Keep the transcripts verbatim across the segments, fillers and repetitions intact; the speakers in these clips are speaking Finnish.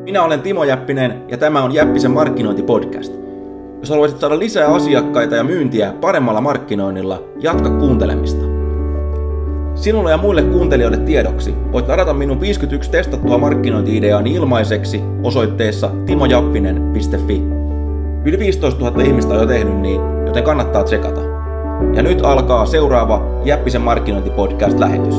Minä olen Timo Jäppinen ja tämä on Jäppisen markkinointipodcast. Jos haluaisit saada lisää asiakkaita ja myyntiä paremmalla markkinoinnilla, jatka kuuntelemista. Sinulle ja muille kuuntelijoille tiedoksi voit ladata minun viisikymmentäyksi testattua markkinointi-ideaani ilmaiseksi osoitteessa timojappinen piste fi. Yli viisitoistatuhatta ihmistä on jo tehnyt niin, joten kannattaa tsekata. Ja nyt alkaa seuraava Jäppisen markkinointipodcast-lähetys.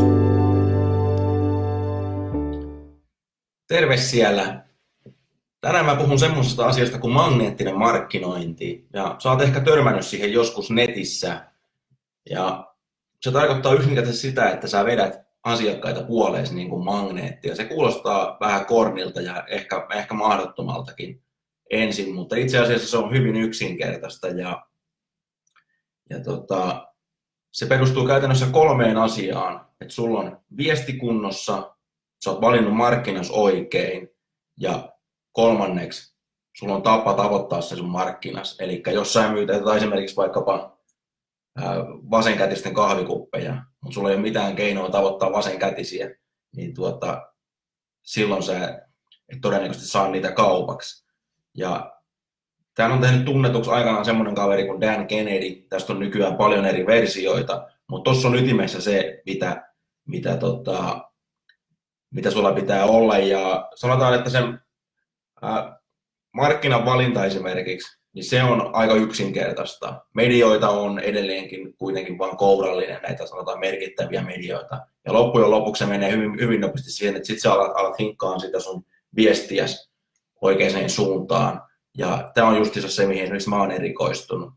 Terve siellä! Tänään mä puhun semmoisesta asiasta kuin magneettinen markkinointi. Ja sä oot ehkä törmännyt siihen joskus netissä. Ja se tarkoittaa yksinkertaisesti sitä, että sä vedät asiakkaita puoleesi niin kuin magneettia. Se kuulostaa vähän kornilta ja ehkä, ehkä mahdottomaltakin ensin, mutta itse asiassa se on hyvin yksinkertaista. Ja, ja tota, se perustuu käytännössä kolmeen asiaan. Että sulla on viesti kunnossa, sä oot valinnut markkinas oikein ja kolmanneksi sulla on tapa tavoittaa se sun markkinas. Eli jos sä myyt esimerkiksi vaikkapa vasenkätisten kahvikuppeja, mutta sulla ei ole mitään keinoa tavoittaa vasenkätisiä, niin tuota, silloin sä et todennäköisesti saa niitä kaupaksi. Ja tämän on tehnyt tunnetuksi aikanaan semmoinen kaveri kuin Dan Kennedy. Tästä on nykyään paljon eri versioita, mutta tuossa on ytimessä se, mitä, mitä, tota, mitä sulla pitää olla. Ja sanotaan, että sen ää, markkinan valinta esimerkiksi, niin se on aika yksinkertaista. Medioita on edelleenkin kuitenkin vain kourallinen, näitä sanotaan merkittäviä medioita. Ja loppujen lopuksi se menee hyvin, hyvin nopeasti siihen, että sit sä alat, alat hinkkaan sitä sun viestiäsi oikeaan suuntaan. Ja tämä on justiinsa se, mihin esimerkiksi mä oon erikoistunut.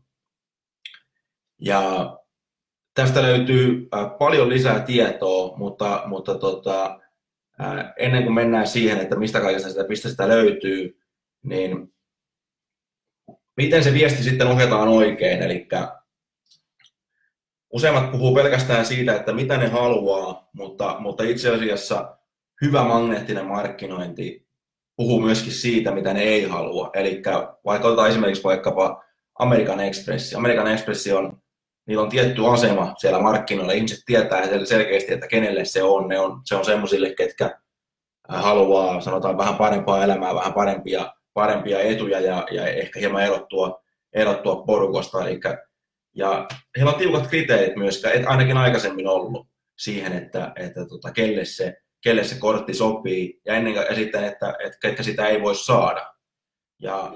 Ja tästä löytyy paljon lisää tietoa, mutta, mutta tota, ennen kuin mennään siihen, että mistä kaikesta sitä, mistä sitä löytyy, niin miten se viesti sitten ohjataan oikein. Eli useimmat puhuu pelkästään siitä, että mitä ne haluaa, mutta, mutta itse asiassa hyvä magneettinen markkinointi puhuu myöskin siitä, mitä ne ei halua. Eli vaikka otetaan esimerkiksi vaikkapa American Express. American Express on, niillä on tietty asema siellä markkinoilla. Ihmiset tietää selkeästi, että kenelle se on. Ne on se on semmoisille, ketkä haluaa, sanotaan, vähän parempaa elämää, vähän parempia, parempia etuja ja, ja ehkä hieman erottua, erottua porukasta. Eli, ja heillä on tiukat kriteerit myös, ainakin aikaisemmin ollut siihen, että, että tota, kelle se kelle se kortti sopii, ja ennen kaikkea sitten, että, että ketkä sitä ei voi saada. Ja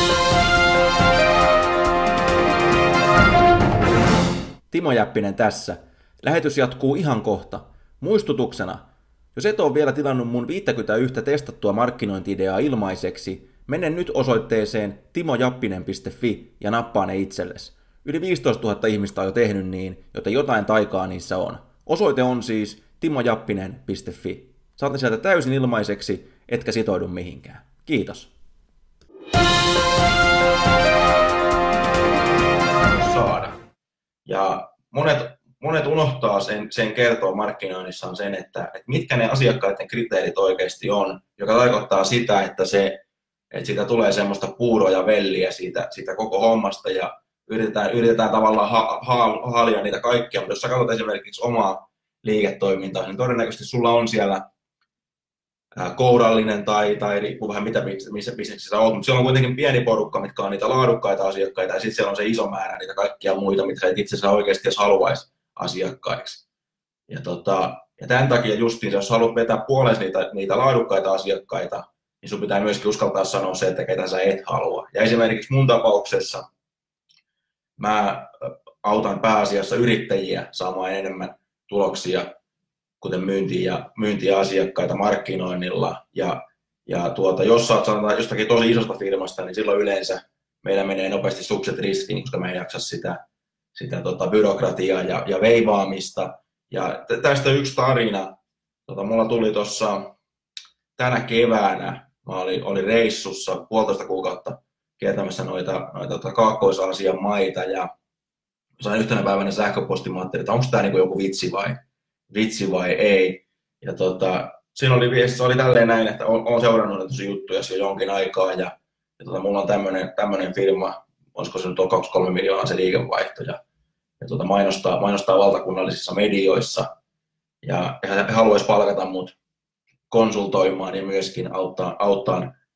Timo Jäppinen tässä. Lähetys jatkuu ihan kohta. Muistutuksena, jos et ole vielä tilannut mun viisikymmentäyksi testattua markkinointi-ideaa ilmaiseksi, mene nyt osoitteeseen timojappinen piste fi ja nappaa ne itsellesi. Yli viisitoistatuhatta ihmistä on jo tehnyt niin, joten jotain taikaa niissä on. Osoite on siis timojappinen piste fi. Saat ne sieltä täysin ilmaiseksi, etkä sitoudu mihinkään. Kiitos. Saada. Ja monet, monet unohtaa sen, sen kertoa markkinoinnissaan sen, että, että mitkä ne asiakkaiden kriteerit oikeasti on, joka tarkoittaa sitä, että, se, että siitä tulee semmoista puuroa ja velliä siitä, siitä koko hommasta ja yritetään, yritetään tavallaan ha, ha, haalia niitä kaikkia, mutta jos sä katsot esimerkiksi omaa liiketoimintaa, niin todennäköisesti sulla on siellä kourallinen tai, tai riippuu vähän mitä, missä bisneksessä olet, mutta siellä on kuitenkin pieni porukka, mitkä on niitä laadukkaita asiakkaita, ja sitten siellä on se iso määrä niitä kaikkia muita, mitä sä et itse asiassa oikeasti edes haluaisi asiakkaiksi. Ja, tota, ja tämän takia justiin, jos haluat vetää puolesi niitä, niitä laadukkaita asiakkaita, niin sun pitää myöskin uskaltaa sanoa se, että ketä sä et halua. Ja esimerkiksi mun tapauksessa mä autan pääasiassa yrittäjiä saamaan enemmän tuloksia, kuten myyntiä ja, myyntiä ja asiakkaita markkinoinnilla. Ja, ja tuota, jos saat sanotaan jostakin tosi isosta firmasta, niin silloin yleensä meillä menee nopeasti sukset riskiin, koska me ei jaksa sitä, sitä tota, byrokratiaa ja, ja veivaamista. Ja t- tästä yksi tarina. Tota, mulla tuli tuossa tänä keväänä, mä olin, olin reissussa puolitoista kuukautta kiertämässä noita, noita tota, Kaakkois-Aasian maita ja sain yhtenä päivänä sähköpostin, mä ajattelin, että onko tämä niinku joku vitsi vai, vitsi vai ei. Ja tota, siinä oli viesti, se oli tälleen näin, että olen seurannut näitä juttuja jo jonkin aikaa ja, ja tota, mulla on tämmöinen, tämmöinen firma, olisiko se nyt on kaksi kolme miljoonaa se liikevaihto ja, ja tota, mainostaa, mainostaa valtakunnallisissa medioissa ja he haluaisi palkata mut konsultoimaan ja myöskin auttaa, auttaa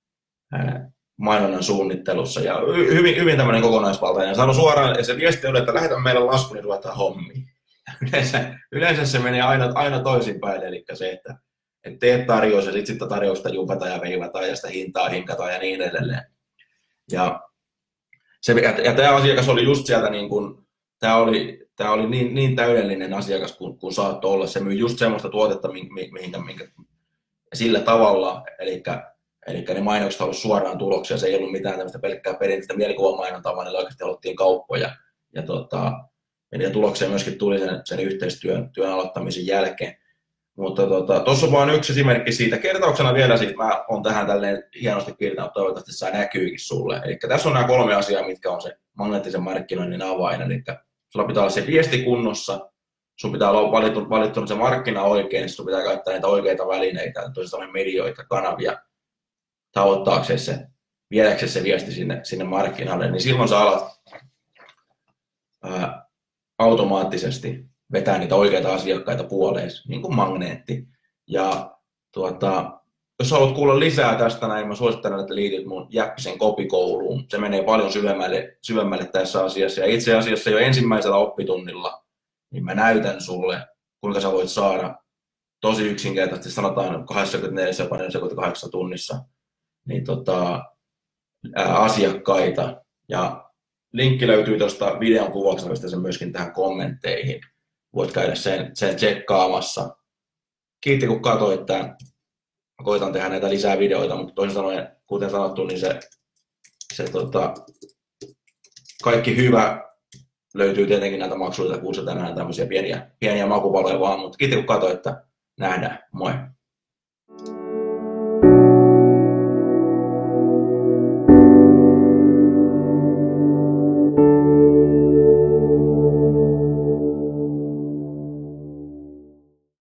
mainonnan suunnittelussa ja hyvin, hyvin tämmöinen kokonaisvaltainen. Ja sanon suoraan, ja se viesti oli, että lähetä meille lasku, niin ruvetaan hommiin. Yleensä, yleensä se menee aina, aina toisinpäin, eli se, että et teet tarjous ja sitten sitä tarjousta jumpata ja veivataan ja sitä hintaa hinkataan ja niin edelleen. Ja, se, ja tämä asiakas oli just sieltä, niin kun, tämä oli, tämä oli niin, niin täydellinen asiakas kuin, kuin saattoi olla. Se myy just semmoista tuotetta, mihinkä, mihinkä, sillä tavalla, eli Eli ne mainokset olivat suoraan tuloksia, se ei ollut mitään tämmöistä pelkkää perinteistä mielikuvamainontaa, vaan ne oikeasti aloittiin kauppoja. Ja, tota, ja tuloksia myöskin tuli sen, sen yhteistyön työn aloittamisen jälkeen. Mutta tuossa tota, on vain yksi esimerkki siitä. Kertauksena vielä siitä, mä olen tähän tälleen hienosti piirtänyt, toivottavasti saa näkyykin sulle. Eli tässä on nämä kolme asiaa, mitkä on se magneettisen markkinoinnin avain. Eli sulla pitää olla se viesti kunnossa, sun pitää olla valittu, valittu se markkina oikein, sun pitää käyttää niitä oikeita välineitä, toisin sanoen medioita, kanavia, tavoittaakseen se, viedäkseen se viesti sinne, sinne markkinalle, niin silloin sä alat ää, automaattisesti vetää niitä oikeita asiakkaita puoleen, niin kuin magneetti. Ja tuota, jos haluat kuulla lisää tästä näin, mä suosittelen, että liityt mun Jäppisen kopikouluun. Se menee paljon syvemmälle, syvemmälle tässä asiassa. Ja itse asiassa jo ensimmäisellä oppitunnilla, niin mä näytän sulle, kuinka sä voit saada tosi yksinkertaisesti, sanotaan kaksikymmentäneljä neljäkymmentäkahdeksan tunnissa, niin tota, ää, asiakkaita. Ja linkki löytyy tuosta videon kuvauksesta sen myöskin tähän kommentteihin. Voit käydä sen, sen tsekkaamassa. Kiitti kun katsoit tämän. Mä koitan tehdä näitä lisää videoita, mutta toisin sanoen, kuten sanottu, niin se, se tota, kaikki hyvä löytyy tietenkin näitä maksullisia kursseja tänään, tämmöisiä pieniä, pieniä makupaloja vaan, mutta kiitti kun katsoit, että nähdään. Moi!